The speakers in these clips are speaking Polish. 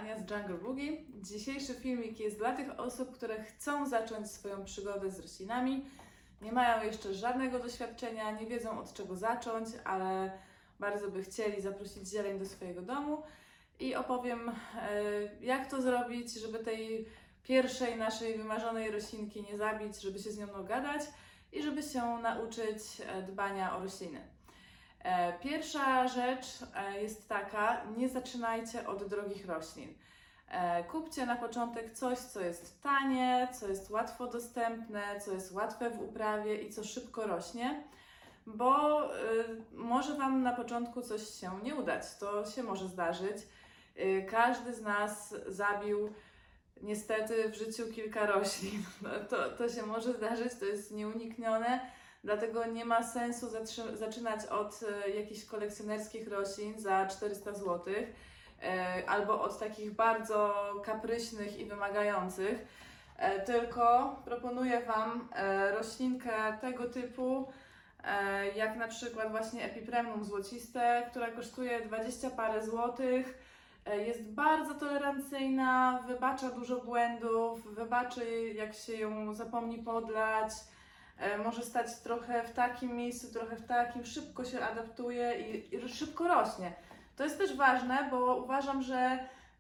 Ania z Jungle Boogie. Dzisiejszy filmik jest dla tych osób, które chcą zacząć swoją przygodę z roślinami. Nie mają jeszcze żadnego doświadczenia, nie wiedzą od czego zacząć, ale bardzo by chcieli zaprosić zieleń do swojego domu i opowiem, jak to zrobić, żeby tej pierwszej naszej wymarzonej roślinki nie zabić, żeby się z nią dogadać i żeby się nauczyć dbania o rośliny. Pierwsza rzecz jest taka, nie zaczynajcie od drogich roślin. Kupcie na początek coś, co jest tanie, co jest łatwo dostępne, co jest łatwe w uprawie i co szybko rośnie, bo może Wam na początku coś się nie udać, to się może zdarzyć. Każdy z nas zabił niestety w życiu kilka roślin, to się może zdarzyć, to jest nieuniknione. Dlatego nie ma sensu zaczynać od jakichś kolekcjonerskich roślin za 400 zł albo od takich bardzo kapryśnych i wymagających, tylko proponuję Wam roślinkę tego typu, jak na przykład właśnie Epipremnum złociste, która kosztuje 20 parę złotych. Jest bardzo tolerancyjna, wybacza dużo błędów, wybaczy jak się ją zapomni podlać. Może stać trochę w takim miejscu, trochę w takim, szybko się adaptuje i szybko rośnie. To jest też ważne, bo uważam, że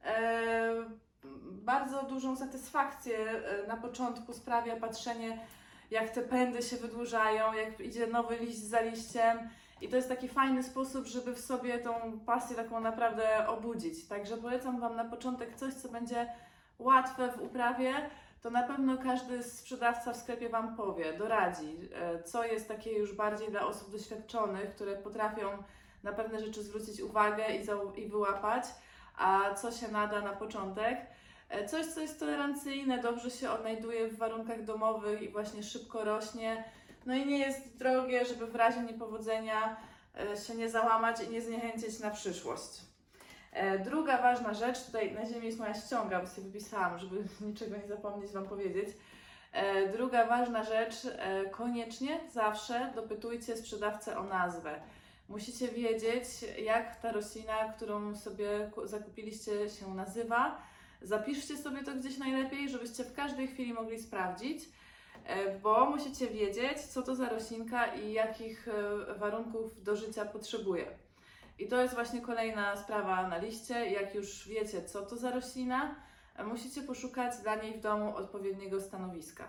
bardzo dużą satysfakcję na początku sprawia patrzenie, jak te pędy się wydłużają, jak idzie nowy liść za liściem. I to jest taki fajny sposób, żeby w sobie tą pasję taką naprawdę obudzić. Także polecam Wam na początek coś, co będzie łatwe w uprawie. To na pewno każdy sprzedawca w sklepie Wam powie, doradzi, co jest takie już bardziej dla osób doświadczonych, które potrafią na pewne rzeczy zwrócić uwagę i wyłapać, a co się nada na początek. Coś, co jest tolerancyjne, dobrze się odnajduje w warunkach domowych i właśnie szybko rośnie, no i nie jest drogie, żeby w razie niepowodzenia się nie załamać i nie zniechęcić na przyszłość. Druga ważna rzecz, tutaj na ziemi jest moja ściąga, bo sobie wypisałam, żeby niczego nie zapomnieć Wam powiedzieć. Druga ważna rzecz, koniecznie zawsze dopytujcie sprzedawcę o nazwę. Musicie wiedzieć, jak ta roślina, którą sobie zakupiliście, się nazywa. Zapiszcie sobie to gdzieś najlepiej, żebyście w każdej chwili mogli sprawdzić, bo musicie wiedzieć, co to za roślinka i jakich warunków do życia potrzebuje. I to jest właśnie kolejna sprawa na liście. Jak już wiecie, co to za roślina, musicie poszukać dla niej w domu odpowiedniego stanowiska.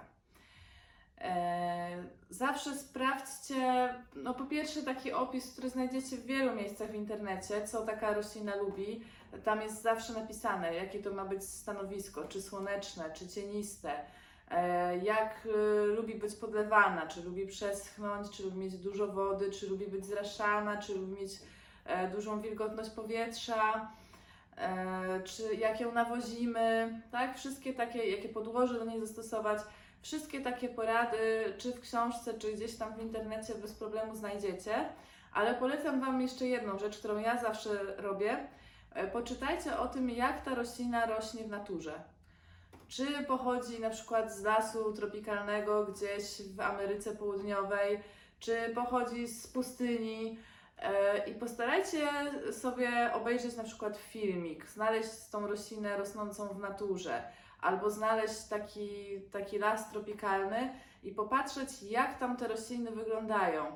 Zawsze sprawdźcie, no po pierwsze taki opis, który znajdziecie w wielu miejscach w internecie, co taka roślina lubi. Tam jest zawsze napisane, jakie to ma być stanowisko, czy słoneczne, czy cieniste, jak lubi być podlewana, czy lubi przeschnąć, czy lubi mieć dużo wody, czy lubi być zraszana, czy lubi mieć dużą wilgotność powietrza, czy jak ją nawozimy, tak? Wszystkie takie, jakie podłoże do niej zastosować, wszystkie takie porady, czy w książce, czy gdzieś tam w internecie bez problemu znajdziecie. Ale polecam Wam jeszcze jedną rzecz, którą ja zawsze robię. Poczytajcie o tym, jak ta roślina rośnie w naturze. Czy pochodzi na przykład z lasu tropikalnego gdzieś w Ameryce Południowej, czy pochodzi z pustyni. I postarajcie sobie obejrzeć na przykład filmik, znaleźć tą roślinę rosnącą w naturze, albo znaleźć taki las tropikalny i popatrzeć, jak tam te rośliny wyglądają,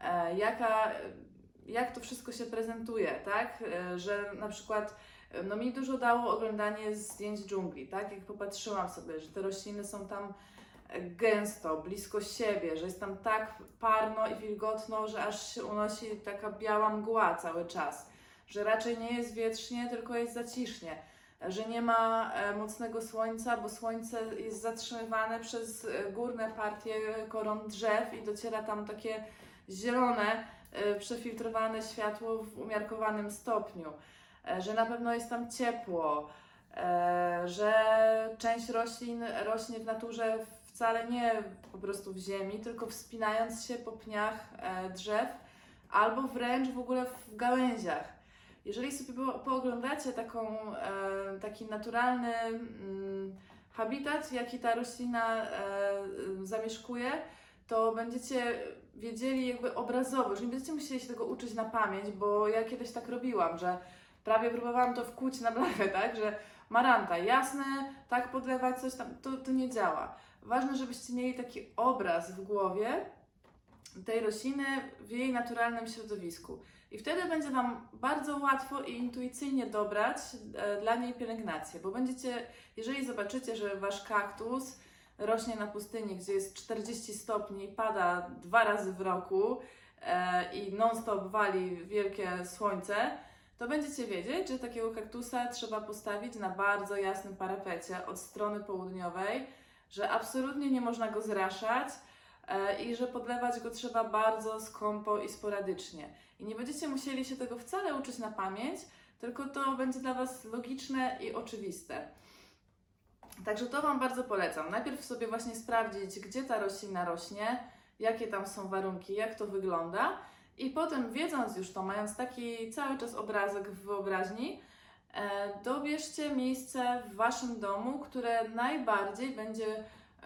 jak to wszystko się prezentuje, tak? Że na przykład no mi dużo dało oglądanie zdjęć dżungli, tak? Jak popatrzyłam sobie, że te rośliny są tam gęsto, blisko siebie, że jest tam tak parno i wilgotno, że aż się unosi taka biała mgła cały czas, że raczej nie jest wietrznie, tylko jest zacisznie, że nie ma mocnego słońca, bo słońce jest zatrzymywane przez górne partie koron drzew i dociera tam takie zielone, przefiltrowane światło w umiarkowanym stopniu, że na pewno jest tam ciepło, że część roślin rośnie w naturze wcale nie po prostu w ziemi, tylko wspinając się po pniach drzew albo wręcz w ogóle w gałęziach. Jeżeli sobie pooglądacie taki naturalny habitat, jaki ta roślina zamieszkuje, to będziecie wiedzieli jakby obrazowo, że nie będziecie musieli się tego uczyć na pamięć, bo ja kiedyś tak robiłam, że prawie próbowałam to wkuć na blachę, tak, że maranta, jasne, tak podlewać coś tam, to nie działa. Ważne, żebyście mieli taki obraz w głowie tej rośliny w jej naturalnym środowisku. I wtedy będzie Wam bardzo łatwo i intuicyjnie dobrać dla niej pielęgnację, bo będziecie, jeżeli zobaczycie, że Wasz kaktus rośnie na pustyni, gdzie jest 40 stopni, pada 2 razy w roku i non-stop wali wielkie słońce, to będziecie wiedzieć, że takiego kaktusa trzeba postawić na bardzo jasnym parapecie od strony południowej, że absolutnie nie można go zraszać i że podlewać go trzeba bardzo skąpo i sporadycznie. I nie będziecie musieli się tego wcale uczyć na pamięć, tylko to będzie dla Was logiczne i oczywiste. Także to Wam bardzo polecam. Najpierw sobie właśnie sprawdzić, gdzie ta roślina rośnie, jakie tam są warunki, jak to wygląda i potem, wiedząc już to, mając taki cały czas obrazek w wyobraźni, dobierzcie miejsce w Waszym domu, które najbardziej będzie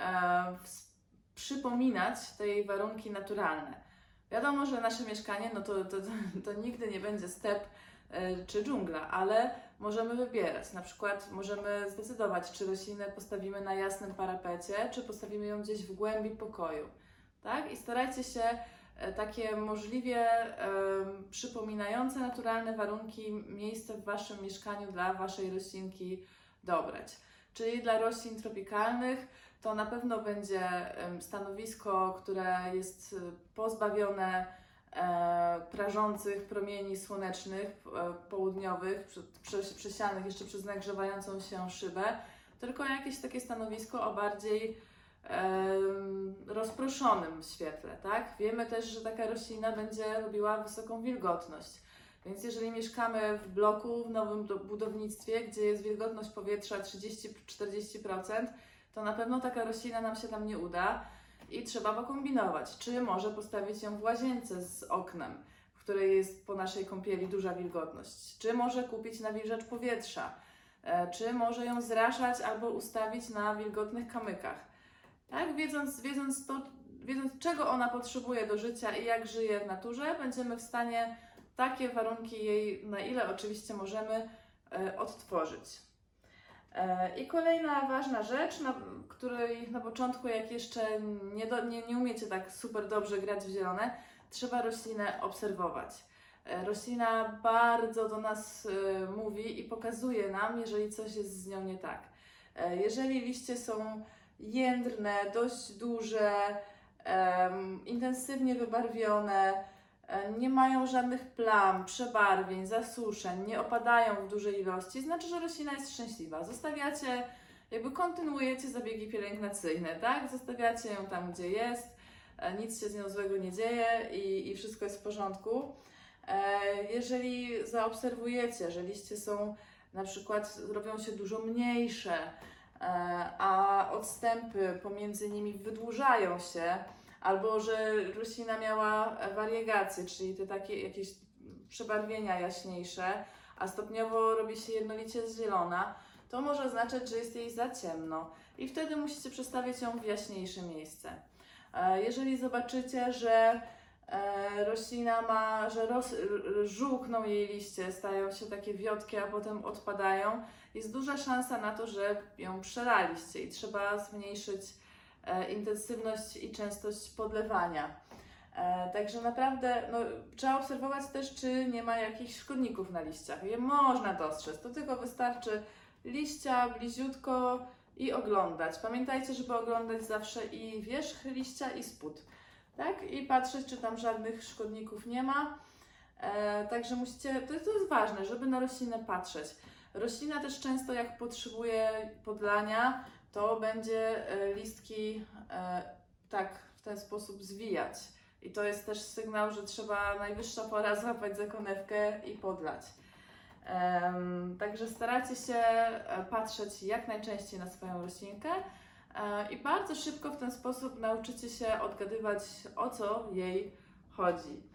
przypominać te warunki naturalne. Wiadomo, że nasze mieszkanie, no to nigdy nie będzie step czy dżungla, ale możemy wybierać. Na przykład możemy zdecydować, czy roślinę postawimy na jasnym parapecie, czy postawimy ją gdzieś w głębi pokoju. Tak? I starajcie się takie możliwie przypominające naturalne warunki miejsce w Waszym mieszkaniu dla Waszej roślinki dobrać. Czyli dla roślin tropikalnych to na pewno będzie stanowisko, które jest pozbawione prażących promieni słonecznych, południowych, przesianych jeszcze przez nagrzewającą się szybę, tylko jakieś takie stanowisko o bardziej rozproszonym świetle, tak? Wiemy też, że taka roślina będzie lubiła wysoką wilgotność, więc jeżeli mieszkamy w bloku, w nowym budownictwie, gdzie jest wilgotność powietrza 30-40%, to na pewno taka roślina nam się tam nie uda i trzeba pokombinować. Czy może postawić ją w łazience z oknem, w której jest po naszej kąpieli duża wilgotność? Czy może kupić nawilżacz powietrza? Czy może ją zraszać albo ustawić na wilgotnych kamykach? Tak? Wiedząc czego ona potrzebuje do życia i jak żyje w naturze, będziemy w stanie takie warunki jej, na ile oczywiście możemy, odtworzyć. I kolejna ważna rzecz, której na początku, jak jeszcze nie umiecie tak super dobrze grać w zielone, trzeba roślinę obserwować. Roślina bardzo do nas mówi i pokazuje nam, jeżeli coś jest z nią nie tak. Jeżeli liście są jędrne, dość duże, intensywnie wybarwione, nie mają żadnych plam, przebarwień, zasuszeń, nie opadają w dużej ilości, znaczy, że roślina jest szczęśliwa. Zostawiacie, jakby kontynuujecie zabiegi pielęgnacyjne, tak? Zostawiacie ją tam, gdzie jest, nic się z nią złego nie dzieje i wszystko jest w porządku. Jeżeli zaobserwujecie, że liście są na przykład, robią się dużo mniejsze, a odstępy pomiędzy nimi wydłużają się, albo że roślina miała wariegacje, czyli te takie jakieś przebarwienia jaśniejsze, a stopniowo robi się jednolicie zielona, to może oznaczać, że jest jej za ciemno i wtedy musicie przestawić ją w jaśniejsze miejsce. Jeżeli zobaczycie, że roślina ma, że żółkną jej liście, stają się takie wiotkie, a potem odpadają, jest duża szansa na to, że ją przelaliście i trzeba zmniejszyć intensywność i częstość podlewania. Także naprawdę trzeba obserwować też, czy nie ma jakichś szkodników na liściach. Je można dostrzec, to tylko wystarczy liścia bliziutko i oglądać. Pamiętajcie, żeby oglądać zawsze i wierzch liścia i spód, tak? I patrzeć, czy tam żadnych szkodników nie ma. Także musicie, to jest ważne, żeby na roślinę patrzeć. Roślina też często, jak potrzebuje podlania, to będzie listki tak w ten sposób zwijać. I to jest też sygnał, że trzeba najwyższa pora złapać za konewkę i podlać. Także starajcie się patrzeć jak najczęściej na swoją roślinkę i bardzo szybko w ten sposób nauczycie się odgadywać, o co jej chodzi.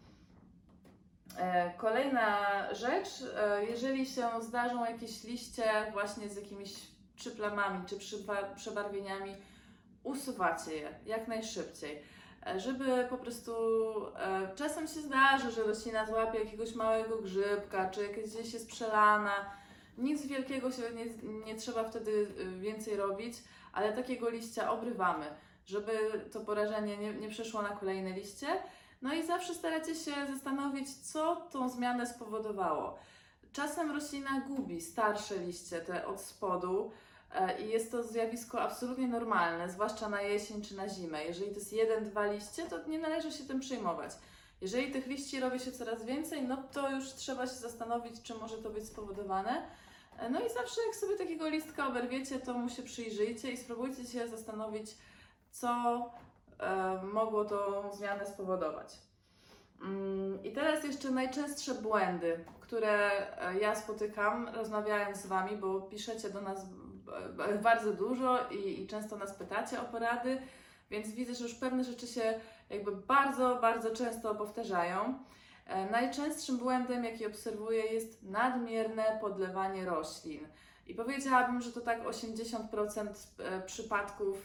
Kolejna rzecz, jeżeli się zdarzą jakieś liście właśnie z jakimiś czy plamami, czy przebarwieniami, usuwacie je jak najszybciej. żeby po prostu czasem się zdarzy, że roślina złapie jakiegoś małego grzybka, czy jakieś gdzieś jest przelana. Nic wielkiego się nie trzeba wtedy więcej robić, ale takiego liścia obrywamy, żeby to porażenie nie przeszło na kolejne liście. No i zawsze staracie się zastanowić, co tą zmianę spowodowało. Czasem roślina gubi starsze liście, te od spodu, i jest to zjawisko absolutnie normalne, zwłaszcza na jesień czy na zimę. Jeżeli to jest 1-2 liście, to nie należy się tym przejmować. Jeżeli tych liści robi się coraz więcej, no to już trzeba się zastanowić, czy może to być spowodowane. No i zawsze jak sobie takiego listka oberwiecie, to mu się przyjrzyjcie i spróbujcie się zastanowić, co mogło tą zmianę spowodować. I teraz jeszcze najczęstsze błędy, które ja spotykam rozmawiając z Wami, bo piszecie do nas bardzo dużo i często nas pytacie o porady, więc widzę, że już pewne rzeczy się jakby bardzo, bardzo często powtarzają. Najczęstszym błędem, jaki obserwuję, jest nadmierne podlewanie roślin. I powiedziałabym, że to tak 80% przypadków,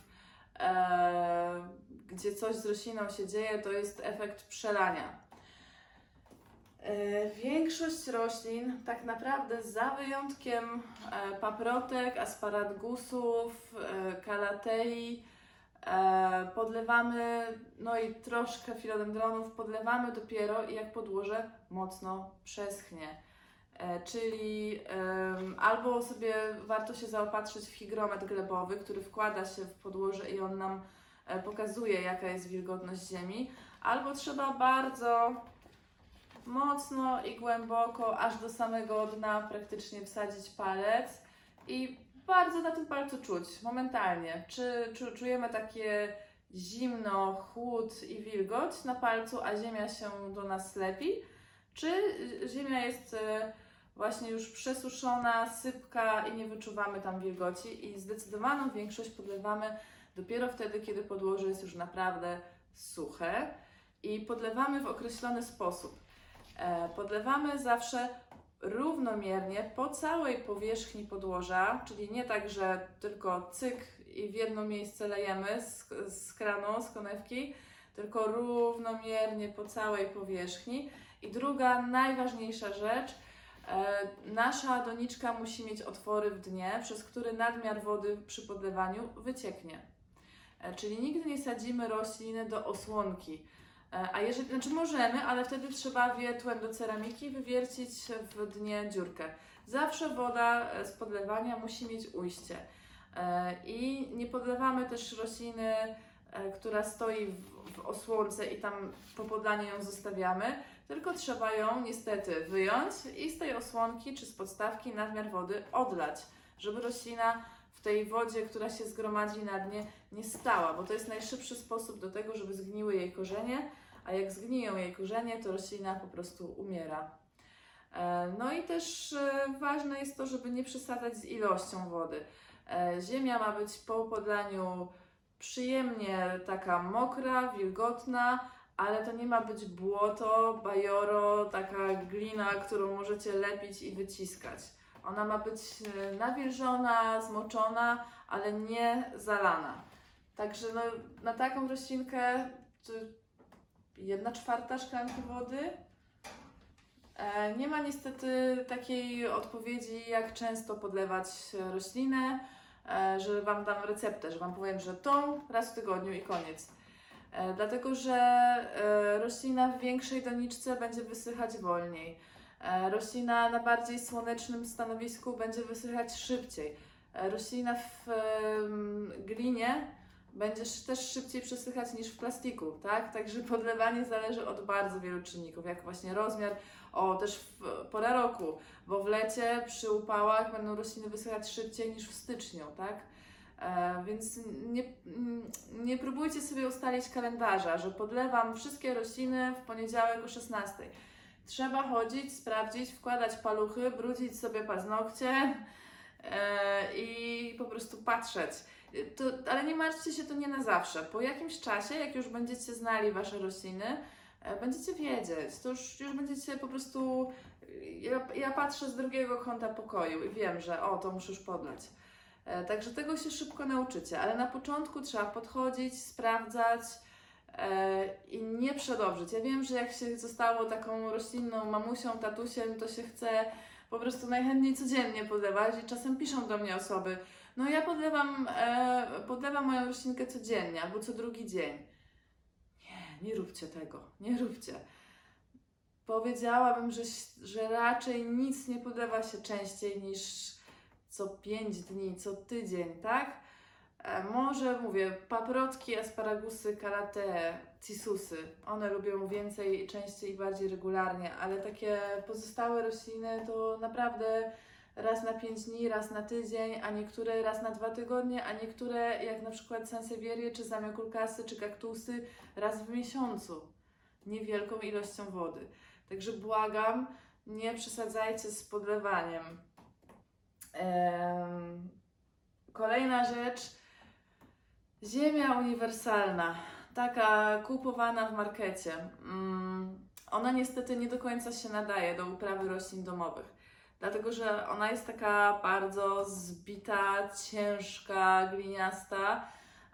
gdzie coś z rośliną się dzieje, to jest efekt przelania. Większość roślin, tak naprawdę za wyjątkiem paprotek, asparagusów, kalatei, podlewamy, no i troszkę filodendronów, podlewamy dopiero jak podłoże mocno przeschnie. Czyli albo sobie warto się zaopatrzyć w hygrometr glebowy, który wkłada się w podłoże i on nam pokazuje, jaka jest wilgotność ziemi, albo trzeba bardzo mocno i głęboko, aż do samego dna praktycznie wsadzić palec i bardzo na tym palcu czuć momentalnie, czy czujemy takie zimno, chłód i wilgoć na palcu, a ziemia się do nas lepi, czy ziemia jest właśnie już przesuszona, sypka i nie wyczuwamy tam wilgoci, i zdecydowaną większość podlewamy dopiero wtedy, kiedy podłoże jest już naprawdę suche, i podlewamy w określony sposób. Podlewamy zawsze równomiernie po całej powierzchni podłoża, czyli nie tak, że tylko cyk i w jedno miejsce lejemy z kranu, z konewki, tylko równomiernie po całej powierzchni. I druga, najważniejsza rzecz, nasza doniczka musi mieć otwory w dnie, przez który nadmiar wody przy podlewaniu wycieknie. Czyli nigdy nie sadzimy rośliny do osłonki. A jeżeli, znaczy możemy, ale wtedy trzeba wiertłem do ceramiki wywiercić w dnie dziurkę. Zawsze woda z podlewania musi mieć ujście. I nie podlewamy też rośliny, która stoi w osłonce i tam po podlaniu ją zostawiamy, tylko trzeba ją niestety wyjąć i z tej osłonki czy z podstawki nadmiar wody odlać, żeby roślina w tej wodzie, która się zgromadzi na dnie, nie stała, bo to jest najszybszy sposób do tego, żeby zgniły jej korzenie, a jak zgniją jej korzenie, to roślina po prostu umiera. No i też ważne jest to, żeby nie przesadzać z ilością wody. Ziemia ma być po podlaniu przyjemnie taka mokra, wilgotna, ale to nie ma być błoto, bajoro, taka glina, którą możecie lepić i wyciskać. Ona ma być nawilżona, zmoczona, ale nie zalana. Także no, na taką roślinkę 1/4 szklanki wody. Nie ma niestety takiej odpowiedzi, jak często podlewać roślinę, że Wam dam receptę, że Wam powiem, że tą raz w tygodniu i koniec. Dlatego, że roślina w większej doniczce będzie wysychać wolniej. Roślina na bardziej słonecznym stanowisku będzie wysychać szybciej. Roślina w glinie będzie też szybciej przesychać niż w plastiku, tak? Także podlewanie zależy od bardzo wielu czynników, jak właśnie rozmiar, też pora roku, bo w lecie przy upałach będą rośliny wysychać szybciej niż w styczniu, tak? Więc nie próbujcie sobie ustalić kalendarza, że podlewam wszystkie rośliny w poniedziałek o 16. Trzeba chodzić, sprawdzić, wkładać paluchy, brudzić sobie paznokcie i po prostu patrzeć. Ale nie martwcie się, to nie na zawsze. Po jakimś czasie, jak już będziecie znali Wasze rośliny, będziecie wiedzieć. To już będziecie po prostu... Ja patrzę z drugiego kąta pokoju i wiem, że to muszę już podlać. Także tego się szybko nauczycie, ale na początku trzeba podchodzić, sprawdzać, i nie przedobrzyć. Ja wiem, że jak się zostało taką roślinną mamusią, tatusiem, to się chce po prostu najchętniej codziennie podlewać i czasem piszą do mnie osoby, no ja podlewam moją roślinkę codziennie albo co drugi dzień. Nie róbcie tego, nie róbcie. Powiedziałabym, że raczej nic nie podlewa się częściej niż co 5 dni, co tydzień, tak? Może mówię, paprotki, asparagusy, karate, cisusy. One lubią więcej, częściej i bardziej regularnie, ale takie pozostałe rośliny to naprawdę raz na 5 dni, raz na tydzień, a niektóre raz na 2 tygodnie, a niektóre jak na przykład sansevierie, czy zamiokulkasy, czy kaktusy raz w miesiącu. Niewielką ilością wody. Także błagam, nie przesadzajcie z podlewaniem. Kolejna rzecz, ziemia uniwersalna, taka kupowana w markecie. Ona niestety nie do końca się nadaje do uprawy roślin domowych, dlatego że ona jest taka bardzo zbita, ciężka, gliniasta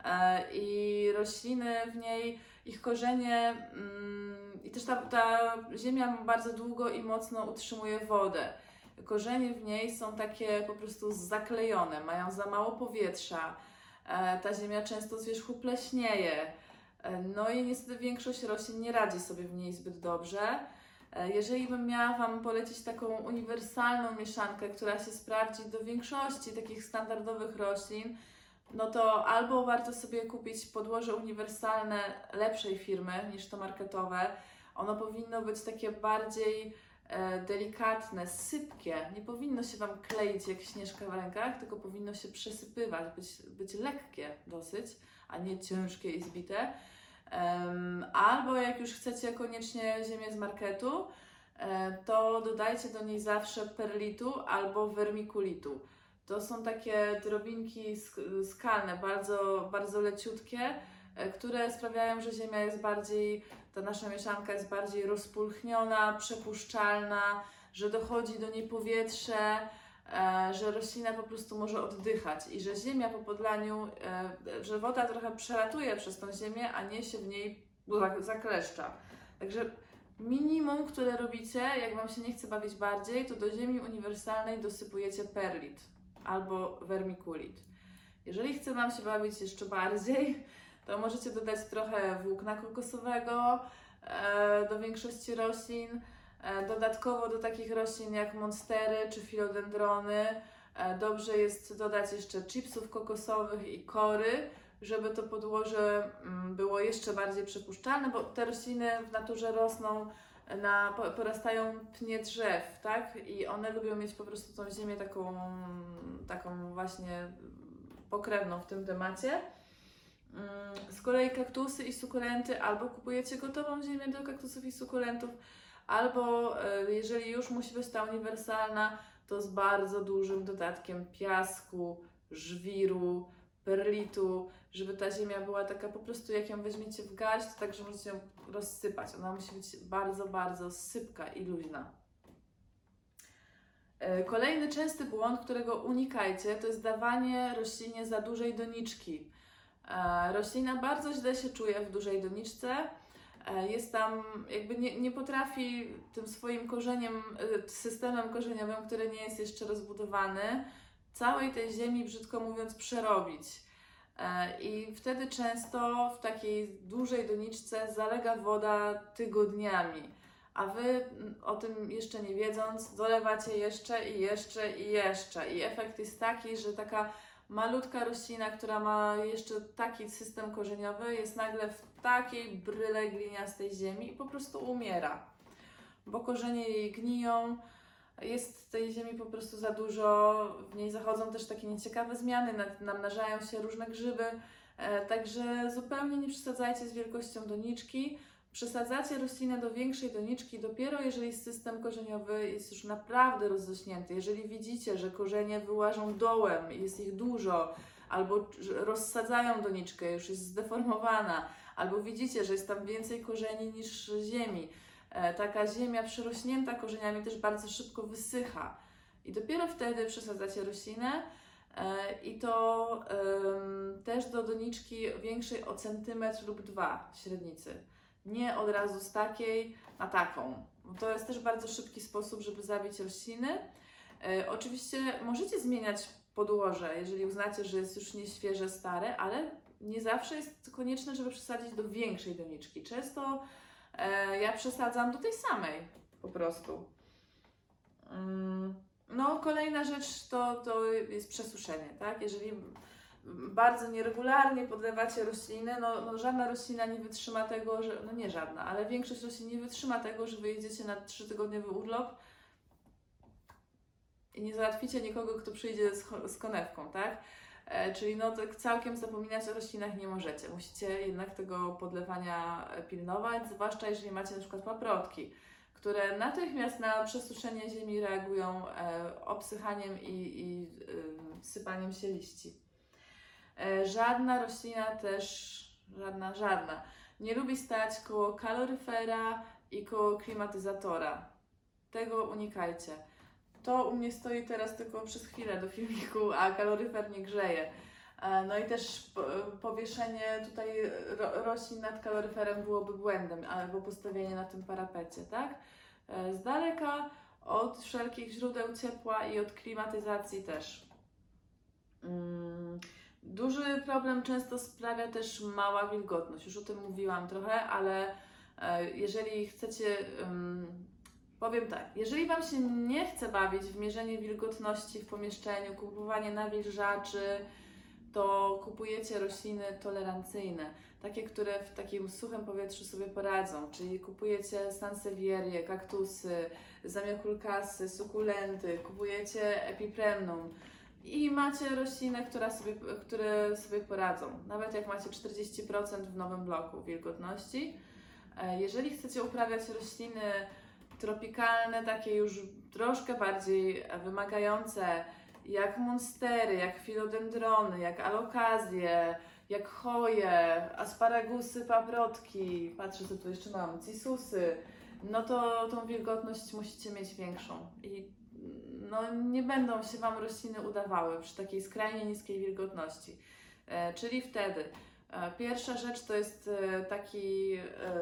i rośliny w niej, ich korzenie i też ta ziemia bardzo długo i mocno utrzymuje wodę. Korzenie w niej są takie po prostu zaklejone, mają za mało powietrza, ta ziemia często z wierzchu pleśnieje, no i niestety większość roślin nie radzi sobie w niej zbyt dobrze. Jeżeli bym miała Wam polecić taką uniwersalną mieszankę, która się sprawdzi do większości takich standardowych roślin, no to albo warto sobie kupić podłoże uniwersalne lepszej firmy niż to marketowe. Być powinno być takie bardziej delikatne, sypkie. Nie powinno się Wam kleić jak śnieżka w rękach, tylko powinno się przesypywać, być lekkie dosyć, a nie ciężkie i zbite. Albo jak już chcecie koniecznie ziemię z marketu, to dodajcie do niej zawsze perlitu albo wermikulitu. To są takie drobinki skalne, bardzo, bardzo leciutkie, które sprawiają, że ziemia jest bardziej, ta nasza mieszanka jest bardziej rozpulchniona, przepuszczalna, że dochodzi do niej powietrze, że roślina po prostu może oddychać i że ziemia po podlaniu, że woda trochę przelatuje przez tą ziemię, a nie się w niej zakleszcza. Także minimum, które robicie, jak Wam się nie chce bawić bardziej, to do ziemi uniwersalnej dosypujecie perlit albo wermikulit. Jeżeli chce Wam się bawić jeszcze bardziej, to możecie dodać trochę włókna kokosowego do większości roślin. Dodatkowo do takich roślin jak monstery czy filodendrony dobrze jest dodać jeszcze chipsów kokosowych i kory, żeby to podłoże było jeszcze bardziej przepuszczalne, bo te rośliny w naturze rosną, porastają pnie drzew, tak? I one lubią mieć po prostu tą ziemię taką właśnie pokrewną w tym temacie. Z kolei kaktusy i sukulenty albo kupujecie gotową ziemię do kaktusów i sukulentów, albo jeżeli już musi być ta uniwersalna, to z bardzo dużym dodatkiem piasku, żwiru, perlitu, żeby ta ziemia była taka po prostu, jak ją weźmiecie w garść, to także możecie ją rozsypać. Ona musi być bardzo, bardzo sypka i luźna. Kolejny częsty błąd, którego unikajcie, to jest dawanie roślinie za dużej doniczki. Roślina bardzo źle się czuje w dużej doniczce, jest tam, jakby nie potrafi tym swoim korzeniem, systemem korzeniowym, który nie jest jeszcze rozbudowany, całej tej ziemi, brzydko mówiąc, przerobić. I wtedy często w takiej dużej doniczce zalega woda tygodniami, a Wy o tym jeszcze nie wiedząc, dolewacie jeszcze i jeszcze i jeszcze. I efekt jest taki, że taka malutka roślina, która ma jeszcze taki system korzeniowy, jest nagle w takiej bryle gliniastej ziemi i po prostu umiera, bo korzenie jej gniją, jest tej ziemi po prostu za dużo, w niej zachodzą też takie nieciekawe zmiany, namnażają się różne grzyby, także zupełnie nie przesadzajcie z wielkością doniczki. Przesadzacie roślinę do większej doniczki dopiero jeżeli system korzeniowy jest już naprawdę rozrośnięty. Jeżeli widzicie, że korzenie wyłażą dołem, jest ich dużo, albo rozsadzają doniczkę, już jest zdeformowana, albo widzicie, że jest tam więcej korzeni niż ziemi. Taka ziemia przerośnięta korzeniami też bardzo szybko wysycha. I dopiero wtedy przesadzacie roślinę. I to też do doniczki większej o centymetr lub 2 średnicy. Nie od razu z takiej na taką. To jest też bardzo szybki sposób, żeby zabić rośliny. Oczywiście możecie zmieniać podłoże, jeżeli uznacie, że jest już nieświeże, stare, ale nie zawsze jest konieczne, żeby przesadzić do większej doniczki. Często ja przesadzam do tej samej po prostu. No, kolejna rzecz to jest przesuszenie, tak? Jeżeli bardzo nieregularnie podlewacie rośliny, no żadna roślina nie wytrzyma tego, że, no nie żadna, ale większość roślin nie wytrzyma tego, że wyjedziecie na 3-tygodniowy urlop i nie załatwicie nikogo, kto przyjdzie z konewką, tak? Czyli no tak całkiem zapominać o roślinach nie możecie. Musicie jednak tego podlewania pilnować, zwłaszcza jeżeli macie na przykład paprotki, które natychmiast na przesuszenie ziemi reagują obsychaniem i sypaniem się liści. Żadna roślina też, żadna, nie lubi stać koło kaloryfera i koło klimatyzatora. Tego unikajcie. To u mnie stoi teraz tylko przez chwilę do filmiku, a kaloryfer nie grzeje. No i też powieszenie tutaj roślin nad kaloryferem byłoby błędem, albo postawienie na tym parapecie, tak? Z daleka od wszelkich źródeł ciepła i od klimatyzacji też. Duży problem często sprawia też mała wilgotność. Już o tym mówiłam trochę, ale jeżeli chcecie... Powiem tak, jeżeli Wam się nie chce bawić w mierzenie wilgotności w pomieszczeniu, kupowanie nawilżaczy, to kupujecie rośliny tolerancyjne, takie, które w takim suchym powietrzu sobie poradzą, czyli kupujecie sansevierie, kaktusy, zamiokulkasy, sukulenty, kupujecie epipremnum i macie rośliny, które sobie poradzą, nawet jak macie 40% w nowym bloku wilgotności. Jeżeli chcecie uprawiać rośliny tropikalne, takie już troszkę bardziej wymagające, jak monstery, jak filodendrony, jak alokazje, jak choje, asparagusy, paprotki, patrzę co tu jeszcze mam, cisusy, no to tą wilgotność musicie mieć większą i no, nie będą się Wam rośliny udawały przy takiej skrajnie niskiej wilgotności. Czyli wtedy pierwsza rzecz to jest taki...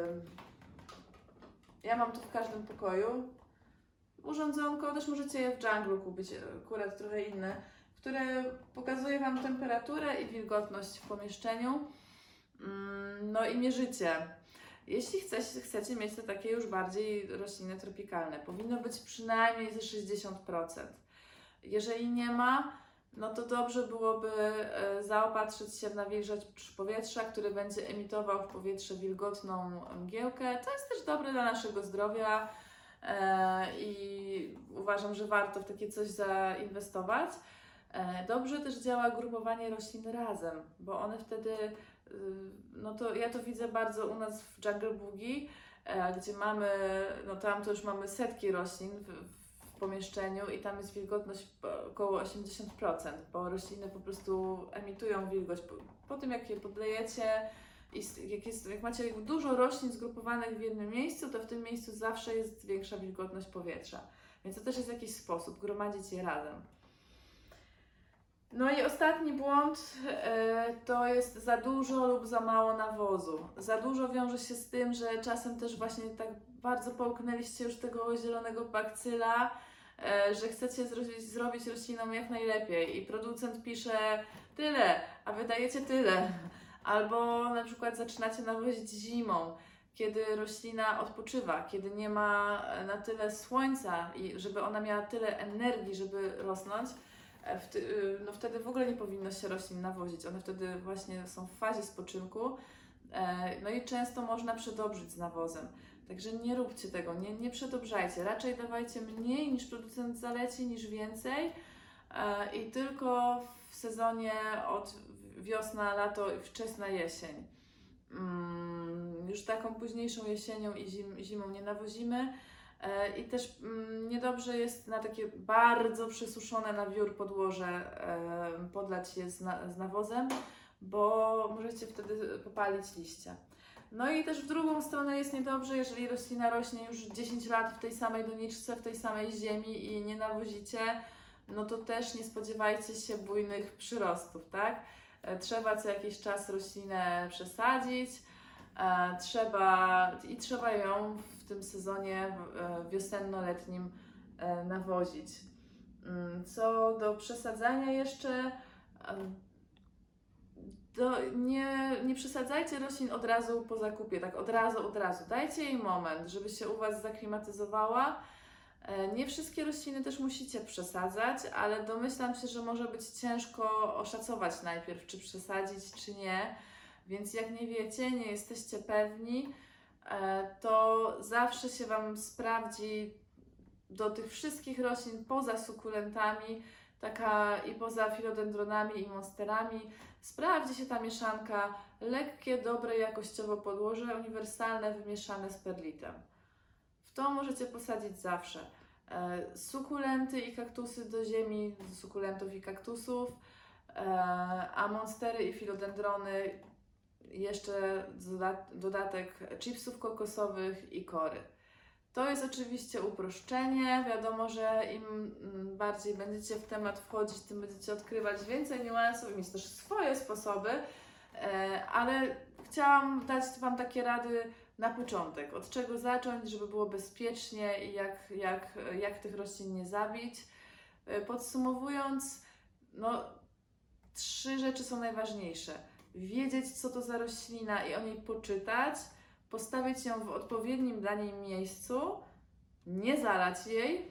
Ja mam tu w każdym pokoju urządzonko, też możecie je w Junglu kupić, akurat trochę inne, które pokazuje Wam temperaturę i wilgotność w pomieszczeniu. No i mierzycie. Jeśli chcecie mieć te takie już bardziej rośliny tropikalne, powinno być przynajmniej ze 60%. Jeżeli nie ma, no to dobrze byłoby zaopatrzyć się w nawilżacz powietrza, który będzie emitował w powietrze wilgotną mgiełkę. To jest też dobre dla naszego zdrowia i uważam, że warto w takie coś zainwestować. Dobrze też działa grupowanie roślin razem, bo one wtedy, no to ja to widzę bardzo u nas w Jungle Boogie, gdzie mamy, no tam to już mamy setki roślin w pomieszczeniu i tam jest wilgotność około 80%, bo rośliny po prostu emitują wilgoć. Po tym jak je podlejecie i jak macie dużo roślin zgrupowanych w jednym miejscu, to w tym miejscu zawsze jest większa wilgotność powietrza. Więc to też jest jakiś sposób, gromadzić je razem. No i ostatni błąd to jest za dużo lub za mało nawozu. Za dużo wiąże się z tym, że czasem też właśnie tak bardzo połknęliście już tego zielonego bakcyla, że chcecie zrobić roślinom jak najlepiej i producent pisze tyle, a wydajecie tyle. Albo na przykład zaczynacie nawozić zimą, kiedy roślina odpoczywa, kiedy nie ma na tyle słońca i żeby ona miała tyle energii, żeby rosnąć. No wtedy w ogóle nie powinno się roślin nawozić, one wtedy właśnie są w fazie spoczynku, no i często można przedobrzyć z nawozem. Także nie róbcie tego, nie przedobrzajcie, raczej dawajcie mniej niż producent zaleci, niż więcej i tylko w sezonie od wiosna, lato i wczesna jesień. Już taką późniejszą jesienią i zimą nie nawozimy. I też niedobrze jest na takie bardzo przesuszone na wiór podłoże podlać je z nawozem, bo możecie wtedy popalić liście. No i też w drugą stronę jest niedobrze, jeżeli roślina rośnie już 10 lat w tej samej doniczce, w tej samej ziemi i nie nawozicie, no to też nie spodziewajcie się bujnych przyrostów, tak? Trzeba co jakiś czas roślinę przesadzić, trzeba ją w tym sezonie wiosenno-letnim nawozić. Co do przesadzania jeszcze, nie przesadzajcie roślin od razu po zakupie, tak od razu. Dajcie jej moment, żeby się u Was zaklimatyzowała. Nie wszystkie rośliny też musicie przesadzać, ale domyślam się, że może być ciężko oszacować najpierw, czy przesadzić, czy nie. Więc jak nie wiecie, nie jesteście pewni, to zawsze się Wam sprawdzi do tych wszystkich roślin poza sukulentami, i poza filodendronami i monsterami, sprawdzi się ta mieszanka, lekkie, dobre jakościowo podłoże, uniwersalne, wymieszane z perlitem. W to możecie posadzić zawsze. Sukulenty i kaktusy do ziemi, do sukulentów i kaktusów, a monstery i filodendrony, jeszcze dodatek chipsów kokosowych i kory. To jest oczywiście uproszczenie. Wiadomo, że im bardziej będziecie w temat wchodzić, tym będziecie odkrywać więcej niuansów i mieć też swoje sposoby, ale chciałam dać Wam takie rady na początek, od czego zacząć, żeby było bezpiecznie i jak tych roślin nie zabić. Podsumowując, no 3 rzeczy są najważniejsze. Wiedzieć, co to za roślina i o niej poczytać, postawić ją w odpowiednim dla niej miejscu, nie zalać jej.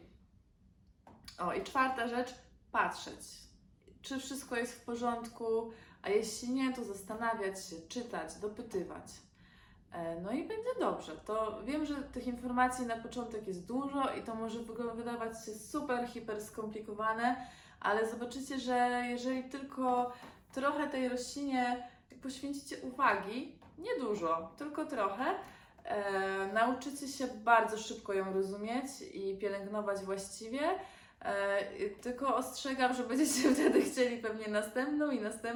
I 4. rzecz, patrzeć, czy wszystko jest w porządku, a jeśli nie, to zastanawiać się, czytać, dopytywać. No i będzie dobrze. To wiem, że tych informacji na początek jest dużo i to może wydawać się super, hiper skomplikowane, ale zobaczycie, że jeżeli tylko trochę tej roślinie poświęcicie uwagi, nie dużo, tylko trochę, nauczycie się bardzo szybko ją rozumieć i pielęgnować właściwie. Tylko ostrzegam, że będziecie wtedy chcieli pewnie następną.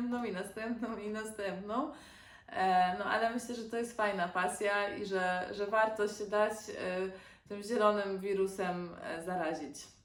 No ale myślę, że to jest fajna pasja i że warto się dać tym zielonym wirusem zarazić.